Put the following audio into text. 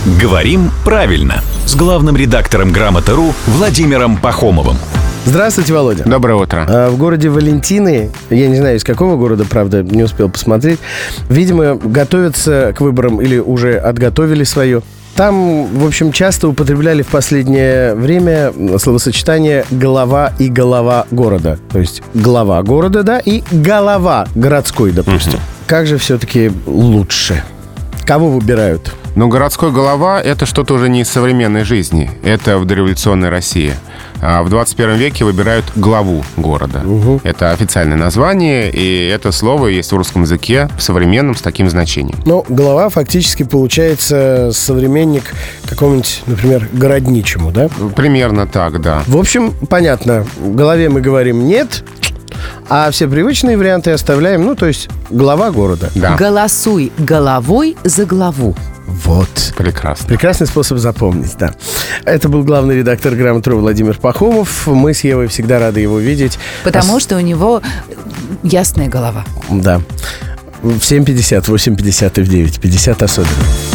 Говорим правильно с главным редактором Грамоты.ру Владимиром Пахомовым. Здравствуйте, Володя. Доброе утро. В городе Валентины, я не знаю, из какого города, правда, не успел посмотреть, видимо, готовятся к выборам или уже отготовили свое. Там, в общем, часто употребляли в последнее время словосочетание «голова» и «голова города». То есть глава города, да, и голова городской, допустим. Как же все-таки лучше? Кого выбирают? Ну, городской голова — это что-то уже не из современной жизни. Это в дореволюционной России. А в 21 веке выбирают главу города. Это официальное название, и это слово есть в русском языке в современном с таким значением. Ну, глава фактически получается современник какому-нибудь, например, городничему, да? Примерно так, да. В общем, понятно. Голове мы говорим «нет», а все привычные варианты оставляем, ну, то есть глава города. Да. Голосуй головой за главу. Вот. Прекрасно. Прекрасный способ запомнить, да. Это был главный редактор Грамоты.ру Владимир Пахомов. Мы с Евой всегда рады его видеть. Потому что у него ясная голова. Да. В 7:50, 8:50 и в 9:50 особенно.